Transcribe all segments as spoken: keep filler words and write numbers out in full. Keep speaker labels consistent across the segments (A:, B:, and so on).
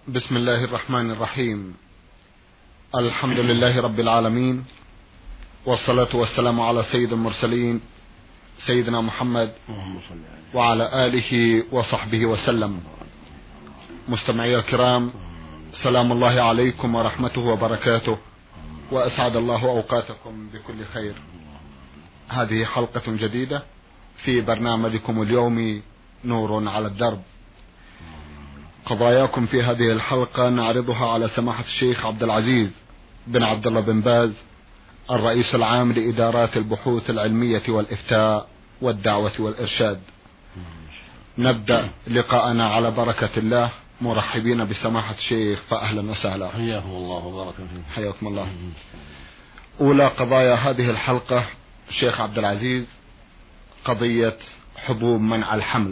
A: بسم الله الرحمن الرحيم. الحمد لله رب العالمين، والصلاة والسلام على سيد المرسلين سيدنا محمد وعلى آله وصحبه وسلم. مستمعي الكرام، سلام الله عليكم ورحمته وبركاته، وأسعد الله أوقاتكم بكل خير. هذه حلقة جديدة في برنامجكم اليومي نور على الدرب. قضاياكم في هذه الحلقة نعرضها على سماحة الشيخ عبد العزيز بن عبد الله بن باز، الرئيس العام لإدارات البحوث العلمية والإفتاء والدعوة والإرشاد. نبدأ لقاءنا على بركة الله، مرحبين بسماحة الشيخ، فأهلا وسهلا.
B: حياكم الله وبارك فيكم.
A: حياكم الله. أولى قضايا هذه الحلقة الشيخ عبد العزيز قضية حبوب منع الحمل.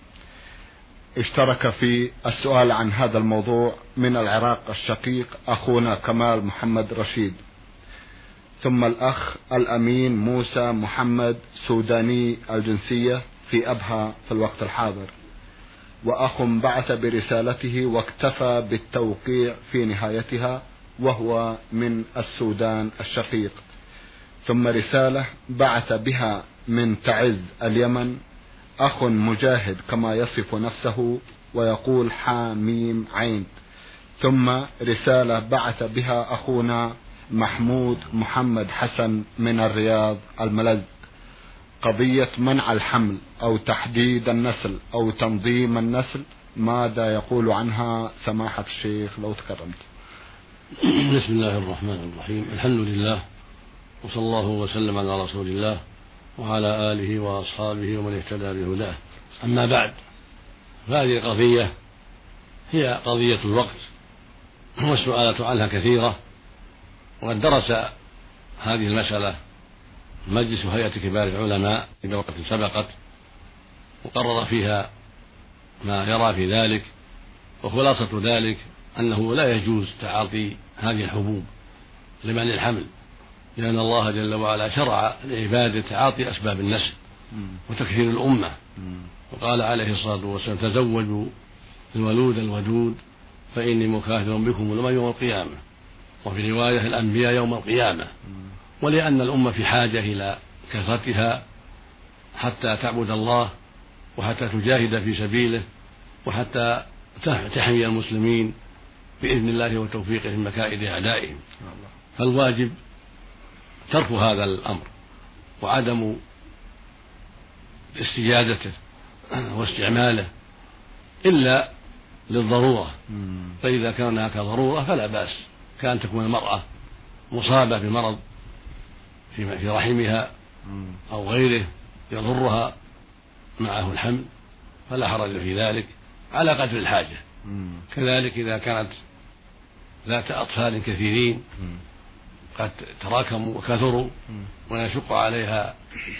A: اشترك في السؤال عن هذا الموضوع من العراق الشقيق أخونا كمال محمد رشيد، ثم الأخ الأمين موسى محمد سوداني الجنسية في أبها في الوقت الحاضر، وأخ بعث برسالته واكتفى بالتوقيع في نهايتها وهو من السودان الشقيق، ثم رسالة بعث بها من تعز اليمن أخ مجاهد كما يصف نفسه ويقول حاميم عين، ثم رسالة بعث بها أخونا محمود محمد حسن من الرياض الملز. قضية منع الحمل أو تحديد النسل أو تنظيم النسل، ماذا يقول عنها سماحة الشيخ لو تكرمت؟
B: بسم الله الرحمن الرحيم. الحمد لله، وصلى الله وسلم على رسول الله وعلى آله وأصحابه ومن اهتدى بهداه. أما بعد، فهذه القضية هي قضية الوقت، والسؤالات عنها كثيرة، وقد درس هذه المسألة مجلس هيئة كبار العلماء في دورة سبقت، وقرر فيها ما يرى في ذلك، وخلاصة ذلك أنه لا يجوز تعاطي هذه الحبوب لمنع الحمل، لأن الله جل وعلا شرع لعباده تعاطي أسباب النسل وتكثير الأمة، وقال عليه الصلاة والسلام: تزوجوا الولود الودود فإني مكاثر بكم الأمم يوم القيامة، وفي رواية الأنبياء يوم القيامة. ولأن الأمة في حاجة إلى كثرتها حتى تعبد الله، وحتى تجاهد في سبيله، وحتى تحمي المسلمين بإذن الله وتوفيقه من مكائد أعدائهم. فالواجب ترك هذا الأمر وعدم استجازته واستعماله إلا للضرورة، فإذا كان هناك ضرورة فلا بأس، كأن تكون المرأة مصابة بمرض في رحمها أو غيره يضرها معه الحمل فلا حرج في ذلك على قدر الحاجة. كذلك إذا كانت ذات أطفال كثيرين قد تراكموا وكثروا ويشق عليها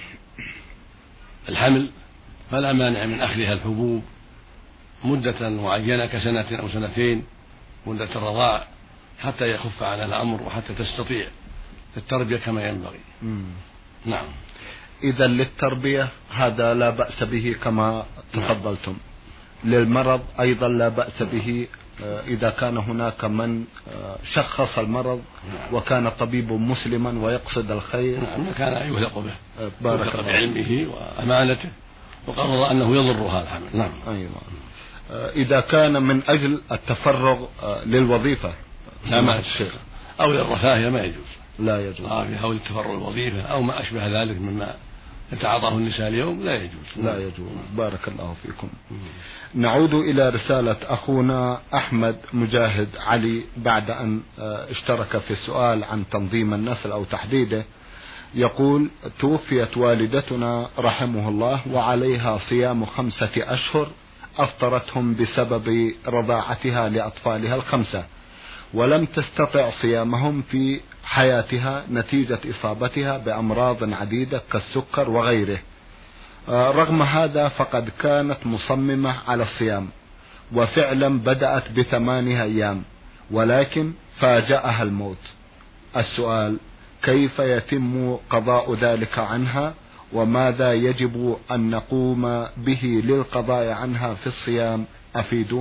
B: الحمل فلا مانع من أخذها الحبوب مدة معينة كسنة أو سنتين، مدة الرضاع، حتى يخف عنها الأمر وحتى تستطيع التربية كما ينبغي. مم. نعم.
A: إذا للتربية هذا لا بأس به كما تفضلتم، للمرض أيضا لا بأس به إذا كان هناك من شخص المرض وكان طبيب مسلما ويقصد الخير.
B: نعم، كان يوثق به، بارك الله بعلمه وأمانته، وقرر أنه يضرها الحمل. نعم.
A: أيوة. إذا كان من أجل التفرغ للوظيفة
B: سماحة الشيخ أو للرفاهية ما يجوز،
A: لا يجوز،
B: أو التفرغ للوظيفة أو ما أشبه ذلك مما يتعاطاه النساء اليوم لا يجوز.
A: لا يجوز. بارك الله فيكم. نعود إلى رسالة أخونا أحمد مجاهد علي بعد أن اشترك في السؤال عن تنظيم النسل أو تحديده. يقول: توفيت والدتنا رحمه الله وعليها صيام خمسة أشهر أفطرتهم بسبب رضاعتها لأطفالها الخمسة، ولم تستطع صيامهم في حياتها نتيجة إصابتها بأمراض عديدة كالسكر وغيره. رغم هذا فقد كانت مصممة على الصيام، وفعلا بدأت بثمانية أيام، ولكن فاجأها الموت. السؤال: كيف يتم قضاء ذلك عنها، وماذا يجب أن نقوم به للقضاء عنها في الصيام؟ أفيدونا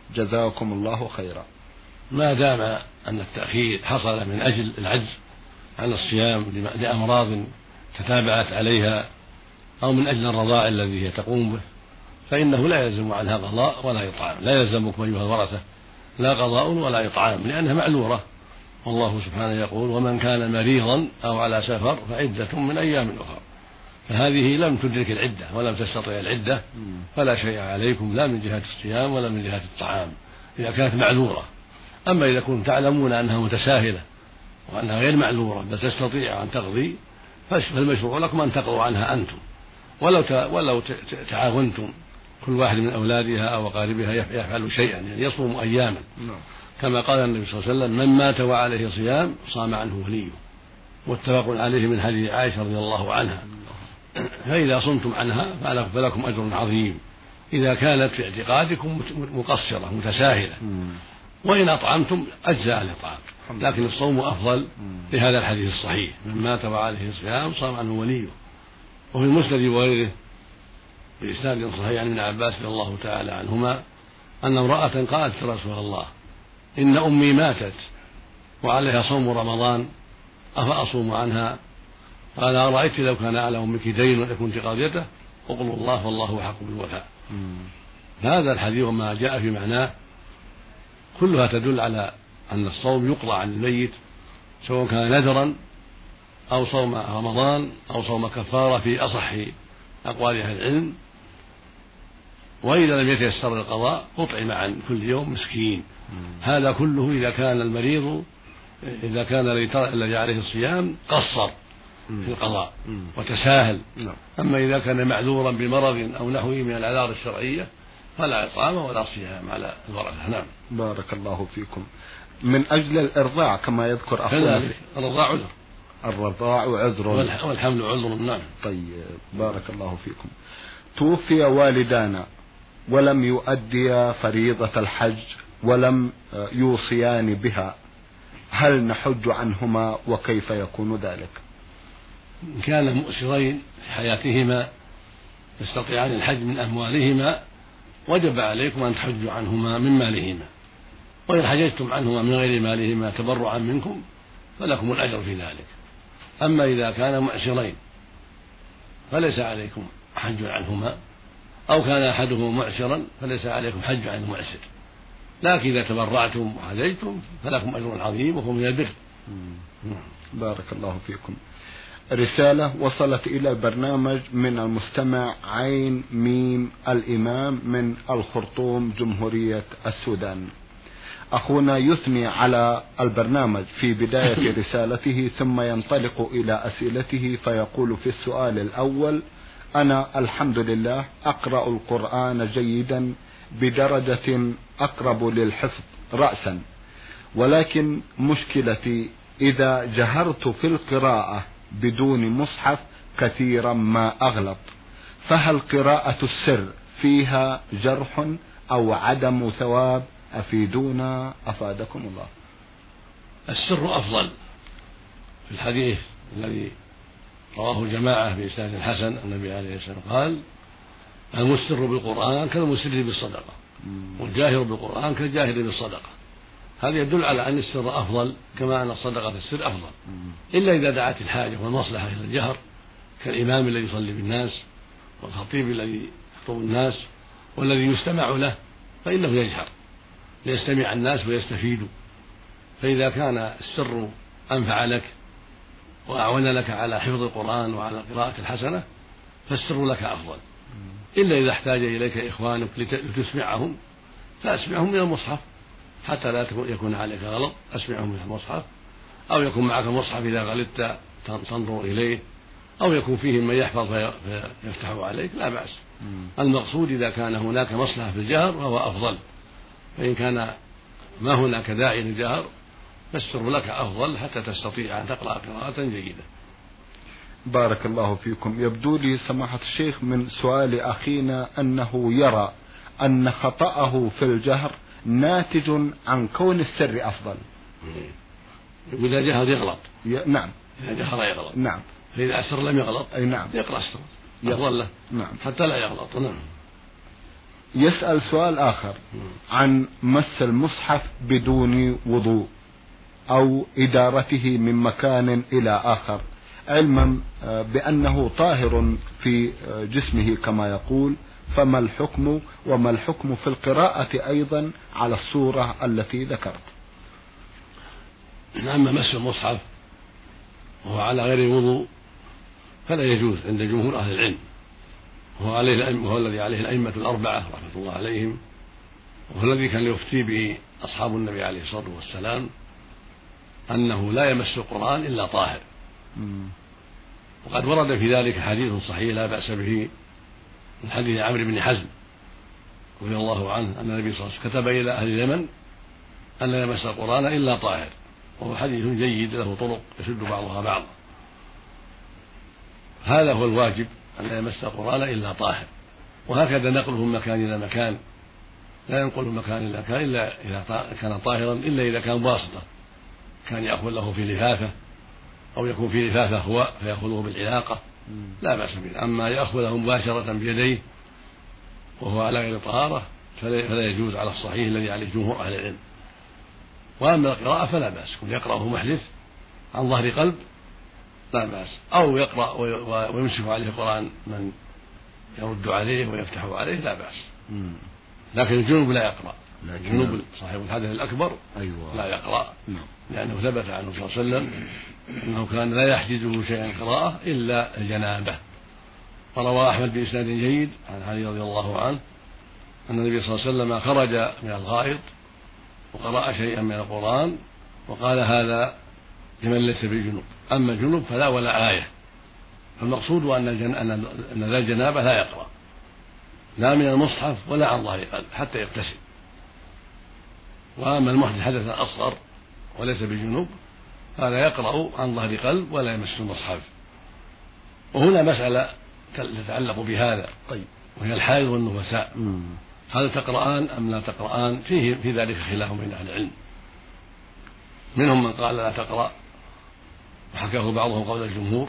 A: جزاكم الله خيرا.
B: ما دام أن التأخير حصل من أجل العجز عن الصيام لأمراض تتابعت عليها أو من أجل الرضاع الذي هي تقوم به فإنه لا يلزم عنها قضاء ولا إطعام، لا يلزمكم أيها الورثة لا قضاء ولا إطعام لأنها معلورة، والله سبحانه يقول ومن كان مريضا أو على سفر فعدة من أيام أخرى، فهذه لم تدرك العدة ولم تستطع العدة فلا شيء عليكم لا من جهة الصيام ولا من جهة الطعام إذا كانت معلورة. أما إذا كنتم تعلمون أنها متساهلة وأنها غير معلورة بل تستطيع أن تقضي فالمشروع لكم أن تقضوا عنها أنتم، ولو ولو تعاونتم كل واحد من أولادها أو أقاربها يفعل شيئا، يعني يصوم أياما كما قال النبي صلى الله عليه وسلم من مات وعليه صيام صام عنه وليه، متفق عليه من حديث عائشة رضي الله عنها. فإذا صمتم عنها فلكم أجر عظيم إذا كانت في اعتقادكم مقصرة متساهلة، وإن أطعمتم أجزاء الإطعام، لكن الصوم أفضل لهذا الحديث الصحيح من مات وعليه صيام صام عنه وليه. وفي المسند وغيره بإسناد صحيح عن ابن عباس رضي الله تعالى عنهما أن امرأة قالت يا رسول الله إن أمي ماتت وعليها صوم رمضان أفأصوم عنها؟ قال أرأيت لو كان على أمك دين وكنت قاضيته اقولوا الله فالله حق بالوفاء. هذا الحديث وما جاء في معناه كلها تدل على أن الصوم يقضى عن الميت سواء كان نذرا أو صوم رمضان أو صوم كفارة في أصح أقوال أهل العلم. وإذا لم يتيسر القضاء أطعم عن كل يوم مسكين. هذا كله إذا كان المريض إذا كان الذي عليه الصيام قصر في القضاء وتساهل. أما إذا كان معذورا بمرض أو نحوه من الأعذار الشرعية فلا إطعام ولا صيام على الورثة. نعم.
A: بارك الله فيكم. من أجل الإرضاع كما يذكر أخونا
B: الرضاع عذر
A: الرضاع عذر
B: والحمل عذر. نعم.
A: طيب بارك الله فيكم. توفي والدانا ولم يؤديا فريضة الحج ولم يوصيان بها، هل نحج عنهما وكيف يكون ذلك؟
B: إن كان مؤسرين في حياتهما يستطيعان الحج من أموالهما وجب عليكم أن تحجوا عنهما من مالهما، وإن حججتم عنهما من غير مالهما تبرعا منكم فلكم الأجر في ذلك. أما إذا كان معسرين فليس عليكم حج عنهما، أو كان أحدهما معسرا فليس عليكم حج عن المعسر، لكن إذا تبرعتم وحججتم فلكم أجر عظيم وهو من البر.
A: بارك الله فيكم. رسالة وصلت إلى البرنامج من المستمع عين ميم الإمام من الخرطوم جمهورية السودان. أخونا يثني على البرنامج في بداية رسالته ثم ينطلق إلى أسئلته فيقول في السؤال الأول: أنا الحمد لله أقرأ القرآن جيدا بدرجة أقرب للحفظ رأسا، ولكن مشكلتي إذا جهرت في القراءة بدون مصحف كثيرا ما أغلط، فهل قراءة السر فيها جرح أو عدم ثواب؟ أفيدونا أفادكم الله.
B: السر أفضل في الحديث الذي رواه جماعة بإسناد حسن النبي عليه الصلاة والسلام قال: المسر بالقرآن كالمسر بالصدقة، والجاهر بالقرآن كالجاهر بالصدقة. هذا يدل على أن السر أفضل كما أن الصدقة في السر أفضل، إلا إذا دعت الحاجة والمصلحة إلى الجهر كالإمام الذي يصلي بالناس والخطيب الذي يخطب الناس والذي يستمع له فإنه يجهر ليستمع الناس ويستفيدوا. فإذا كان السر أنفع لك وأعون لك على حفظ القرآن وعلى قراءة الحسنة فالسر لك أفضل، إلا إذا احتاج إليك إخوانك لتسمعهم فأسمعهم من المصحف حتى لا يكون عليك غلط، أسمعهم من المصحف، أو يكون معك مصحف إذا غلطت تنظر إليه، أو يكون فيه من يحفظ فيفتحه عليك، لا بأس. المقصود إذا كان هناك مصلحة في الجهر فهو أفضل، فإن كان ما هناك داعي للجهر فالسر لك أفضل حتى تستطيع أن تقرأ قراءة جيدة.
A: بارك الله فيكم. يبدو لي سماحة الشيخ من سؤال أخينا أنه يرى أن خطأه في الجهر ناتج عن كون السر أفضل.
B: إذا جهر يغلط.
A: ي... نعم.
B: إذا جهر يغلط.
A: نعم.
B: فإذا السر لم يغلط
A: أي نعم.
B: يقرأ السر أفضل له.
A: نعم.
B: حتى لا يغلط. نعم.
A: يسأل سؤال آخر عن مس المصحف بدون وضوء أو إدارته من مكان إلى آخر، علما بأنه طاهر في جسمه كما يقول، فما الحكم وما الحكم في القراءة أيضا على الصورة التي ذكرت؟
B: أما مس المصحف وهو على غير وضوء فلا يجوز عند جمهور أهل العلم، وهو, عليه وهو الذي عليه الأئمة الأربعة رحمة الله عليهم، وهو الذي كان يفتي به أصحاب النبي عليه الصلاة والسلام أنه لا يمس القرآن إلا طاهر. وقد ورد في ذلك حديث صحيح لا بأس به من حديث عمرو بن حزم رضي الله عنه أن النبي صلى الله عليه وسلم كتب إلى أهل اليمن أن لا يمس القرآن إلا طاهر، وهو حديث جيد له طرق يشد بعضها بعضا. هذا هو الواجب أن لا يمس القرآن إلا طاهر، وهكذا نقله من مكان إلى مكان، لا ينقل من مكان إلى مكان إلا إذا كان طاهرا، إلا إذا كان واسطة، كان يأخذ له في لفافة أو يكون في لفافة هو فيأخذه بالعلاقة لا بأس به. أما يأخذه مباشرة بيديه وهو على غير طهارة فلا يجوز على الصحيح الذي عليه جمهور أهل العلم. وأما القراءة فلا بأس، كن يقرأه محدث عن ظهر قلب لا بأس، أو يقرأ ويمسك عليه القرآن من يرد عليه ويفتح عليه لا بأس. لكن الجنوب لا يقرأ، الجنوب صاحب الحدث الأكبر أيوة. لا يقرأ، لأنه ثبت عنه صلى الله عليه وسلم أنه كان لا يحجزه شيئا قراءة إلا الجنابة. فروى أحمد بإسناد جيد عن علي رضي الله عنه أن النبي صلى الله عليه وسلم خرج من الغائط وقرأ شيئا من القرآن وقال هذا لمن ليس بالجنوب، أما الجنوب فلا ولا آية. فالمقصود أن أن ذا الجنابة لا يقرأ لا من المصحف ولا عن ظهر قلب حتى يغتسل. وأما المحدث حدثا أصغر وليس بالجنوب هذا يقرأ عن ظهر قلب ولا يمس المصحف. وهنا مسألة تتعلق بهذا، طيب، وهي الحائض والنفساء، هل تقرأان أم لا تقرأان؟ فيه في ذلك خلاف بين أهل العلم، منهم من قال لا تقرأ وحكاه بعضهم قول الجمهور،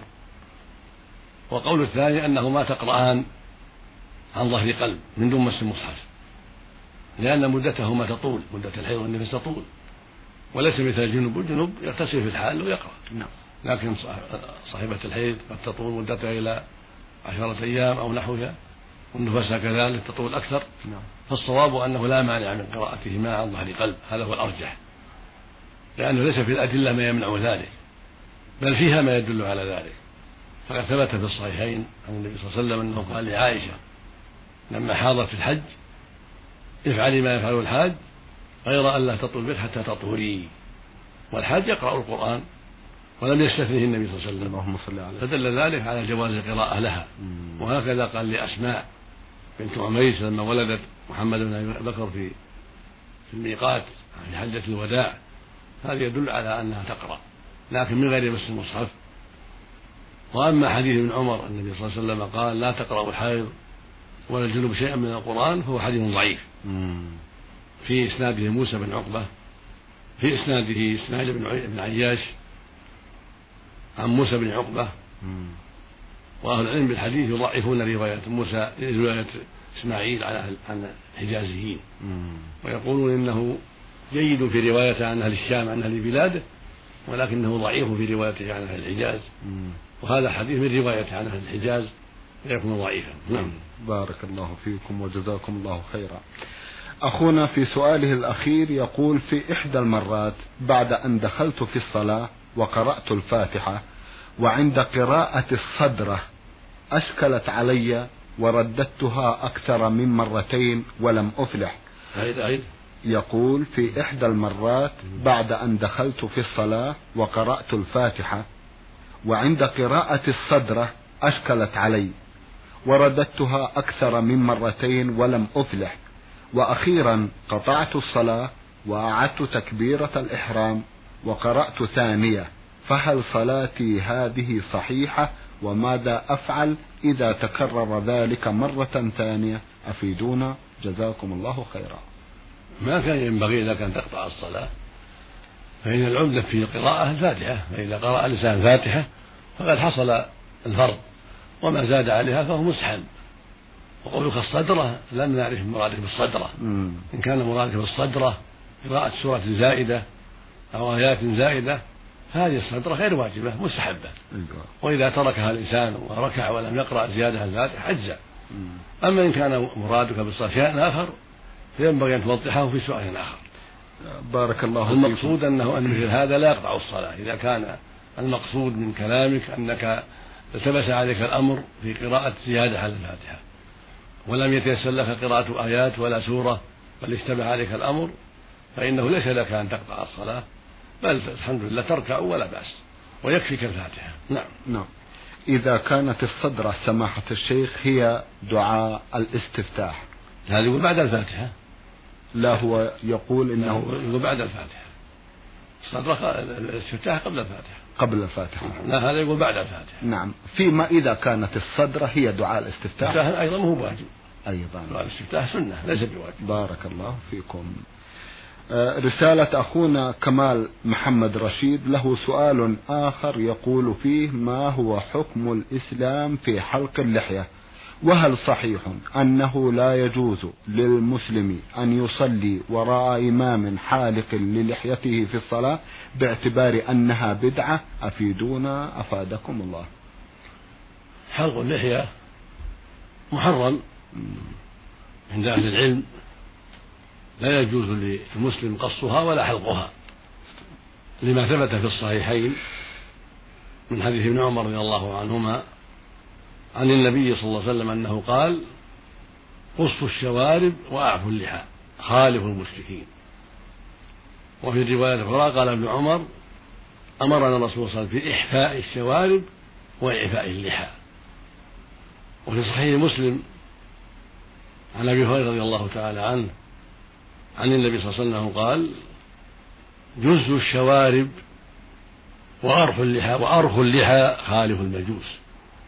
B: وقول الثاني أنه ما تقرأان عن ظهر قلب من دون مس المصحف، لأن مدتهما تطول، مدة الحيض والنفس تطول، وليس مثل الجنوب، الجنوب يغتسل في الحال ويقرأ، لكن صاحبة الحيض قد تطول مدتها إلى عشرة أيام أو نحوها، والنفساء كذلك تطول أكثر. فالصواب أنه لا مانع من قراءتهما عن ظهر قلب، هذا هو الأرجح، لأنه ليس في الأدلة ما يمنع ذلك، بل فيها ما يدل على ذلك. فقد ثبت في الصحيحين عن النبي صلى الله عليه وسلم أنه قال لعائشة لما حاضت في الحج افعلي ما يفعله الحاج غير أن لا تطول به حتى تطهري، والحاج يقرأ القرآن ولم يستثنه النبي صلى الله عليه وسلم، فدل ذلك على جواز القراءة لها. وهكذا قال لأسماء بنت عميس لما ولدت محمد بن أبي بكر في في الميقات في حجة الوداع، هذا يدل على أنها تقرأ لكن من غير مس المصحف. وأما حديث ابن عمر النبي صلى الله عليه وسلم قال لا تقرأ الحائض ولا الجنوب شيئا من القرآن، فهو حديث ضعيف. في إسناده موسى بن عقبة، في إسناده إسماعيل بن عياش عن موسى بن عقبة، وأهل العلم بالحديث يضعفون رواية موسى رواية إسماعيل عن الحجازيين، ويقولون إنه جيد في روايته عن أهل الشام عن أهل بلاده، ولكنه ضعيف في روايته عن أهل الحجاز، وهذا حديث من روايته عن أهل الحجاز فيكون ضعيفا. نعم.
A: بارك الله فيكم وجزاكم الله خيرا. أخونا في سؤاله الأخير يقول في إحدى المرات بعد أن دخلت في الصلاة وقرأت الفاتحة وعند قراءة الصدرة أشكلت علي ورددتها أكثر من مرتين ولم أفلح.
B: عيد عيد.
A: يقول في إحدى المرات بعد أن دخلت في الصلاة وقرأت الفاتحة وعند قراءة الصدرة أشكلت علي ورددتها أكثر من مرتين ولم أفلح، وأخيرا قطعت الصلاة وأعدت تكبيرة الإحرام وقرأت ثانية، فهل صلاتي هذه صحيحة؟ وماذا أفعل إذا تكرر ذلك مرة ثانية؟ أفيدونا جزاكم الله خيرا.
B: ما كان ينبغي لك أن تقطع الصلاة، فإن العمدة في القراءة الفاتحة، فإذا قرأ الإنسان الفاتحة فقد حصل الفرض، وما زاد عليها فهو مستحب، وقولك الصدرة لم نعرف مرادك بالصدرة. إن كان مرادك بالصدرة قراءة سورة زائدة أو آيات زائدة هذه الصدرة غير واجبة مستحبة، وإذا تركها الإنسان وركع ولم يقرأ زيادة الفاتحة أجزاء. أما إن كان مرادك بالصلاة شيء آخر فينبغي أن توضحه في سؤال آخر.
A: بارك الله فيك.
B: المقصود أنه أن مثل هذا لا يقطع الصلاة. إذا كان المقصود من كلامك أنك التبس عليك الأمر في قراءة زيادة على الفاتحة ولم يتيسر لك قراءة آيات ولا سورة بل اشتبه عليك الأمر فإنه ليس لك أن تقطع الصلاة، بل الحمد لله تركع ولا بأس ويكفيك الفاتحة. نعم.
A: نعم. إذا كانت الصدرة سماحة الشيخ هي دعاء الاستفتاح،
B: هذا يقول بعد الفاتحة.
A: لا، هو يقول إنه
B: يقول بعد الفاتحة. الصدرة الاستفتاح قبل الفاتحة.
A: قبل الفاتحة.
B: لا، هذا يقول بعد الفاتحة.
A: نعم. فيما إذا كانت الصدرة هي دعاء الاستفتاح
B: أيضا هو واجب.
A: أيضا
B: دعاء الاستفتاح سنة ليس بواجب.
A: بارك الله فيكم. رسالة أخونا كمال محمد رشيد له سؤال آخر يقول فيه: ما هو حكم الإسلام في حلق اللحية؟ وهل صحيح أنه لا يجوز للمسلم أن يصلي وراء إمام حالق للحيته في الصلاة باعتبار أنها بدعة؟ أفيدونا أفادكم الله.
B: حلق اللحية محرم عند أهل العلم، لا يجوز للمسلم قصها ولا حلقها، لما ثبت في الصحيحين من حديث ابن عمر رضي الله عنهما عن النبي صلى الله عليه وسلم أنه قال: قصوا الشوارب وأعفوا اللحى خالفوا المشركين. وفي الرواية الأخرى قال ابن عمر: أمرنا الرسول صلى الله عليه وسلم في إحفاء الشوارب وإعفاء اللحى. وفي صحيح مسلم عن أبي هريرة رضي الله تعالى عنه عن النبي صلى الله عليه وسلم قال: جزوا الشوارب وأرخوا اللحى وأرخوا اللحى خالفوا المجوس.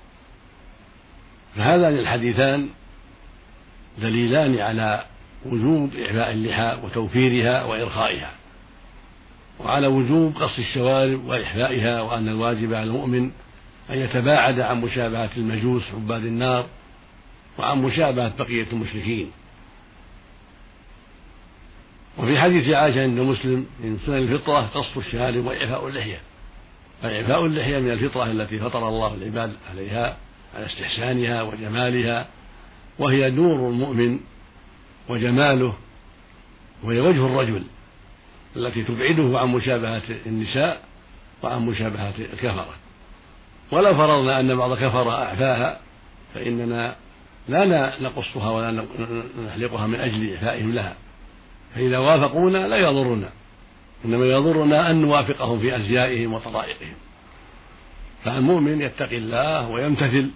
B: فهذان الحديثان دليلان على وجوب إعفاء اللحى وتوفيرها وإرخائها، وعلى وجوب قص الشوارب وإحفائها، وأن الواجب على المؤمن أن يتباعد عن مشابهة المجوس عباد النار وعن مشابهة بقية المشركين. وفي حديث عائشة عند مسلم من سنن الفطرة قص الشارب وإعفاء اللحية، فإعفاء اللحية من الفطرة التي فطر الله العباد عليها على استحسانها وجمالها، وهي نور المؤمن وجماله، وهي وجه الرجل التي تبعده عن مشابهة النساء وعن مشابهة الكفرة. ولو فرضنا أن بعض كفرة أعفاها فإننا لا نقصها ولا نحلقها من أجل إعفائهم لها، فإذا وافقونا لا يضرنا، إنما يضرنا أن نوافقهم في أزيائهم وطرائقهم. فالمؤمن يتقي الله ويمتثل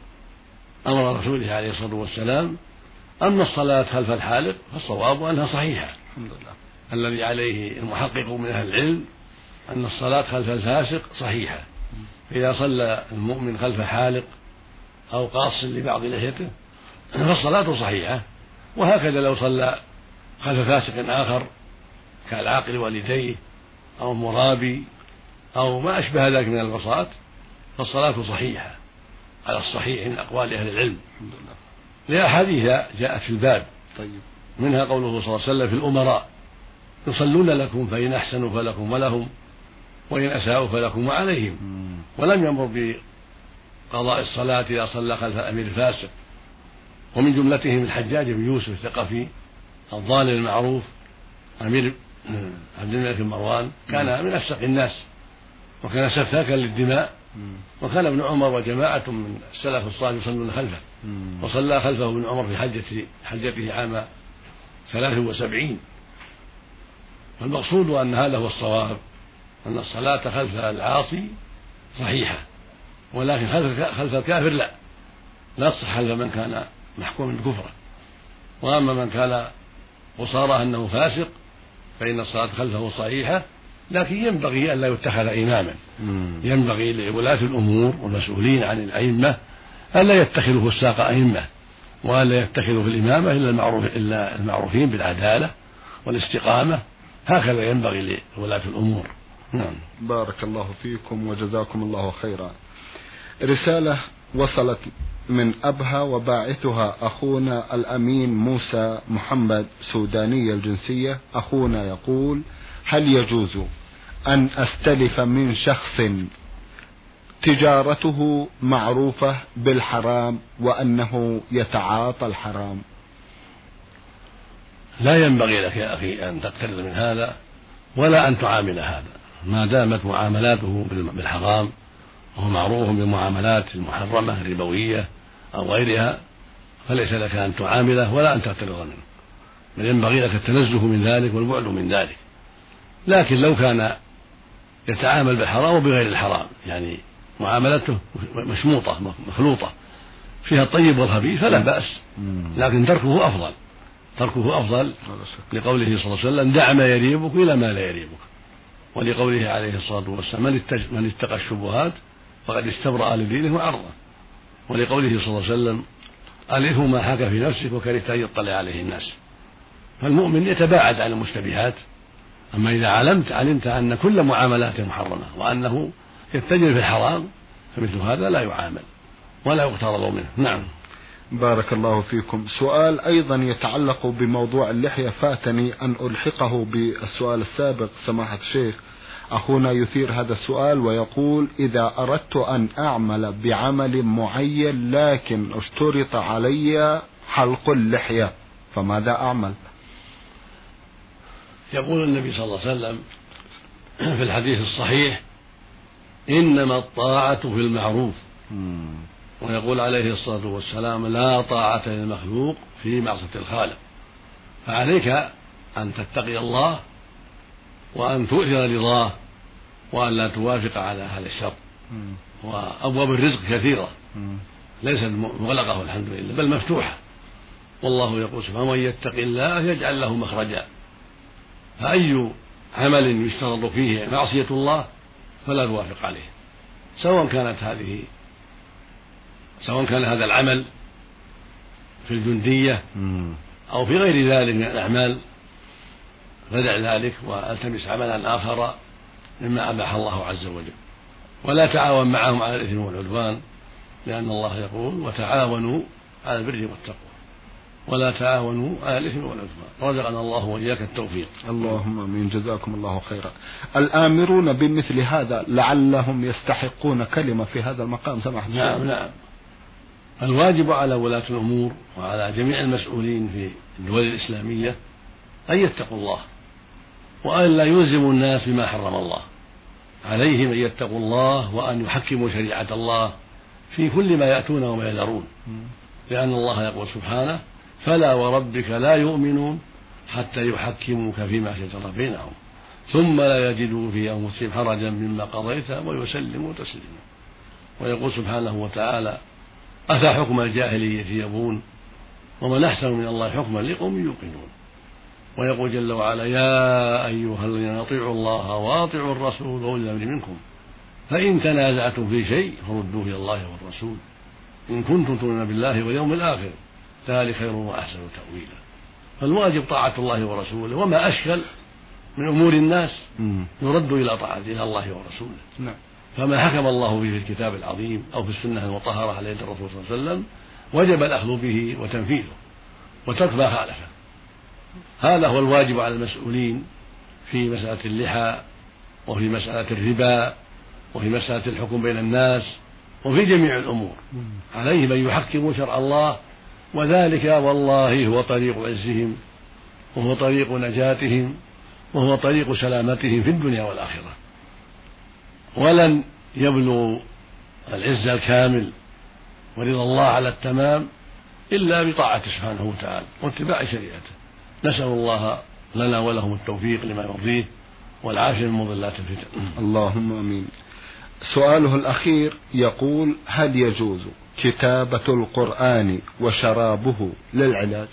B: أمر رسوله عليه الصلاة والسلام. أما الصلاة خلف الحالق فالصواب أنها صحيحة الحمد لله. الذي عليه المحقق من أهل العلم أن الصلاة خلف الفاسق صحيحة، إذا صلى المؤمن خلف حالق أو قاص لبعض لحيته فالصلاة صحيحة. وهكذا لو صلى خلف فاسق آخر كالعاقل والديه أو مرابي أو ما أشبه ذلك من البساط فالصلاة صحيحة على الصحيح من أقوال أهل العلم الحمد لله، لأحاديث جاءت في الباب. طيب. منها قوله صلى الله عليه وسلم في الأمراء: يصلون لكم فإن أحسنوا فلكم ولهم وإن أساءوا فلكم وعليهم. ولم يمر بقضاء الصلاة إذا صلى خلف أمير فاسق. ومن جملتهم الحجاج بن يوسف الثقفي الضال المعروف أمير عبد الملك بن مروان، كان من أفسق الناس وكان سفاكا للدماء، وكان ابن عمر وجماعة من السلف الصالح يصلون خلفه، وصلى خلفه ابن عمر في حجته حجته عام ثلاث وسبعين. فالمقصود أن هذا هو الصواب، أن الصلاة خلف العاصي صحيحة، ولكن خلف خلف الكافر لا لا تصح خلف من كان محكوما بكفره. وأما من كان وصار أنه فاسق فإن الصلاة خلفه صحيحة، لكن ينبغي أن لا يتخذ إماما. ينبغي لولاة الأمور والمسؤولين عن الأئمة ألا يتخذوا فساق أئمة، وألا يتخذوا في الإمامة إلا المعروف إلا المعروفين بالعدالة والاستقامة. هكذا ينبغي لولاة الأمور. نعم.
A: بارك الله فيكم وجزاكم الله خيرا. رسالة وصلت من أبها وباعثها أخونا الأمين موسى محمد سوداني الجنسية. أخونا يقول: هل يجوز أن أستلف من شخص تجارته معروفة بالحرام وأنه يتعاطى الحرام؟
B: لا ينبغي لك يا أخي أن تقترض من هذا ولا أن تعامل هذا ما دامت معاملاته بالحرام وهو معروف بالمعاملات المحرمة الربوية أو غيرها، فليس لك أن تعامله ولا أن تقترض منه، بل ينبغي لك التنزه من ذلك والبعد من ذلك. لكن لو كان يتعامل بالحرام وبغير الحرام، يعني معاملته مشموطة مخلوطة فيها الطيب والخبيث، فلا بأس، لكن تركه أفضل تركه أفضل لقوله صلى الله عليه وسلم: دع ما يريبك إلى ما لا يريبك، ولقوله عليه الصلاة والسلام: من اتقى الشبهات فقد استبرأ لدينه وعرضه، ولقوله صلى الله عليه وسلم: الإثم ما حاك في نفسك وكرهت أن يطلع عليه الناس. فالمؤمن يتباعد عن المشتبهات. أما إذا علمت علمت أن كل معاملاته محرمة وأنه يتجر في الحرام، فمثل هذا لا يعامل ولا يقترض منه. نعم.
A: بارك الله فيكم. سؤال أيضا يتعلق بموضوع اللحية، فاتني أن ألحقه بالسؤال السابق سماحة الشيخ. أخونا يثير هذا السؤال ويقول: إذا أردت أن أعمل بعمل معين لكن اشترط علي حلق اللحية فماذا أعمل؟
B: يقول النبي صلى الله عليه وسلم في الحديث الصحيح: إنما الطاعة في المعروف. ويقول عليه الصلاة والسلام: لا طاعة للمخلوق في معصية الخالق. فعليك أن تتقي الله وأن تؤثر رضاه وأن لا توافق على هذا الشر. وأبواب الرزق كثيرة ليست مغلقة الحمد لله بل مفتوحة، والله يقول سبحانه: ومن يتق الله يجعل له مخرجا. فأي عمل يشترط فيه معصية الله فلا توافق عليه، سواء كانت هذه سواء كان هذا العمل في الجندية أو في غير ذلك من الأعمال، فدع ذلك والتمس عملا آخر مما أباح الله عز وجل، ولا تعاون معهم على الإثم والعدوان، لأن الله يقول: وتعاونوا على البر والتقوى ولا تعاونوا على الإثم والعدوان. رزقنا الله وإياك التوفيق.
A: اللهم آمين. جزاكم الله خيرا. الآمرون بمثل هذا لعلهم يستحقون كلمة في هذا المقام سماحة الشيخ.
B: نعم نعم. الواجب على ولاة الأمور وعلى جميع المسؤولين في الدول الإسلامية أن يتقوا الله وأن لا يلزموا الناس بما حرم الله. عليهم أن يتقوا الله وأن يحكموا شريعة الله في كل ما يأتون وما يذرون، لأن الله يقول سبحانه: فلا وربك لا يؤمنون حتى يحكموك فيما شجر بينهم ثم لا يجدوا في أنفسهم حرجا مما قضيت ويسلموا تسليما. ويقول سبحانه وتعالى: أفحكم الجاهلية يبغون ومن أحسن من الله حكما لقوم يوقنون. ويقول جل وعلا: يا أيها الذين أطيعوا الله وأطيعوا الرسول وأولي الأمر منكم فإن تنازعتم في شيء فردوه إلى الله والرسول إن كنتم تؤمنون بالله واليوم الآخر ذلك خير وأحسن تأويلا. فالواجب طاعة الله ورسوله، وما أشكل من أمور الناس يرد إلى طاعة إلى الله ورسوله. فما حكم الله به في الكتاب العظيم أو في السنة المطهرة على يد الرسول صلى الله عليه وسلم وجب الأخذ به وتنفيذه وترك ما خالفه. هذا هو الواجب على المسؤولين في مسألة اللحى وفي مسألة الربا وفي مسألة الحكم بين الناس وفي جميع الأمور. عليهم أن يحكموا شرع الله، وذلك والله هو طريق عزهم وهو طريق نجاتهم وهو طريق سلامتهم في الدنيا والآخرة. ولن يبلغوا العز الكامل ورضا الله على التمام إلا بطاعته سبحانه وتعالى واتباع شريعته. نسأل الله لنا ولهم التوفيق لما يرضيه والعافية من مضلات الفتن.
A: اللهم آمين. سؤاله الأخير يقول: هل يجوز كتابة القرآن وشرابه للعلاج؟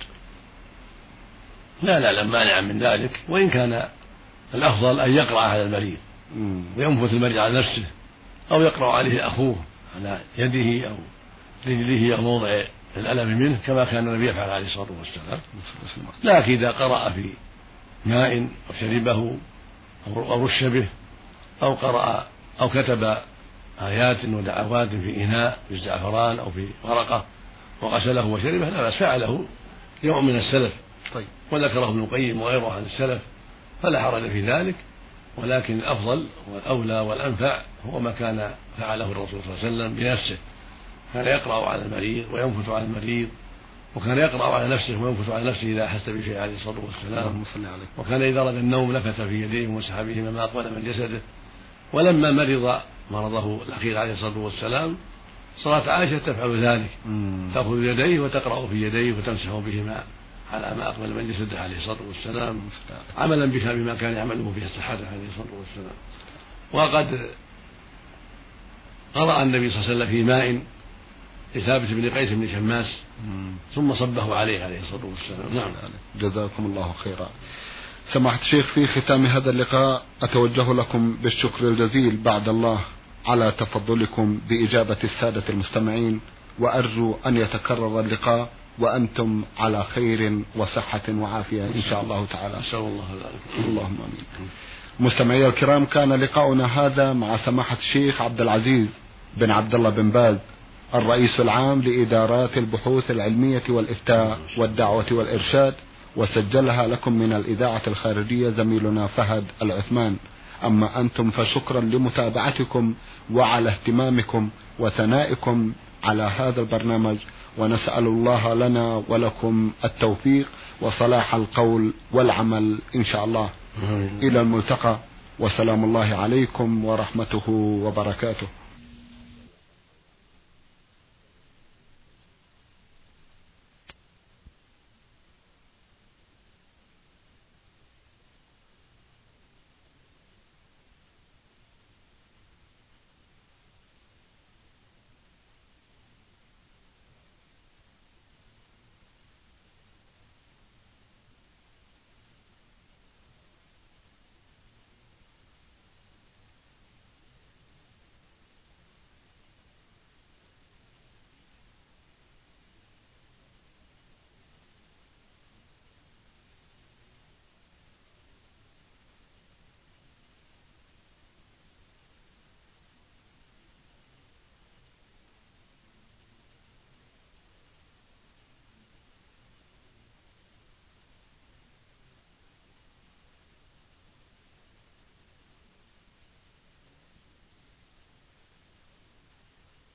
B: لا لا لا مانع من ذلك، وإن كان الأفضل أن يقرأ على المريض وينفث المريض على نفسه أو يقرأ عليه أخوه على يده أو رجله أو موضع الألم منه كما كان النبي يفعل عليه الصلاة والسلام. لكن إذا قرأ في ماء أو شربه أو رش به أو قرأ أو كتب آيات ودعوات في إناء في الزعفران أو في ورقة وغسله وشربه لا بأس، فعله يوم من السلف. طيب. وذكره ابن القيم وغيره عن السلف، فلا حرج في ذلك، ولكن الأفضل والأولى والأنفع هو ما كان فعله الرسول صلى الله عليه وسلم بنفسه، كان يقرأ على المريض وينفث على المريض، وكان يقرأ على نفسه وينفث على نفسه إذا أحس بشيء عليه الصلاة والسلام، وكان إذا أراد النوم نفث في يديه ومسح بهما ما أقبل من جسده. ولما مرض مرضه الأخير عليه الصلاة والسلام صارت عائشة تفعل ذلك، تأخذ يديه وتقرأ في يديه وتمسح بهما على ما أقبل من جسده عليه الصلاة والسلام، عملا بها بما كان يعمله في الصحابة عليه الصلاة والسلام. وقد قرأ النبي صلى الله عليه وسلم في ماء لثابت بن قيس بن شماس ثم صبه عليه عليه الصلاة والسلام. نعم.
A: جزاكم الله خيرا. سماحة الشيخ، في ختام هذا اللقاء أتوجه لكم بالشكر الجزيل بعد الله على تفضلكم بإجابة السادة المستمعين، وأرجو أن يتكرر اللقاء وأنتم على خير وصحة وعافية إن شاء الله تعالى.
B: أسأل الله ذلك.
A: اللهم آمين. مستمعي الكرام، كان لقاؤنا هذا مع سماحة الشيخ عبد العزيز بن عبد الله بن باز، الرئيس العام لإدارات البحوث العلمية والإفتاء والدعوة والإرشاد، وسجلها لكم من الإذاعة الخارجية زميلنا فهد العثمان. أما أنتم فشكرا لمتابعتكم وعلى اهتمامكم وثنائكم على هذا البرنامج، ونسأل الله لنا ولكم التوفيق وصلاح القول والعمل إن شاء الله. إلى الملتقى، وسلام الله عليكم ورحمته وبركاته.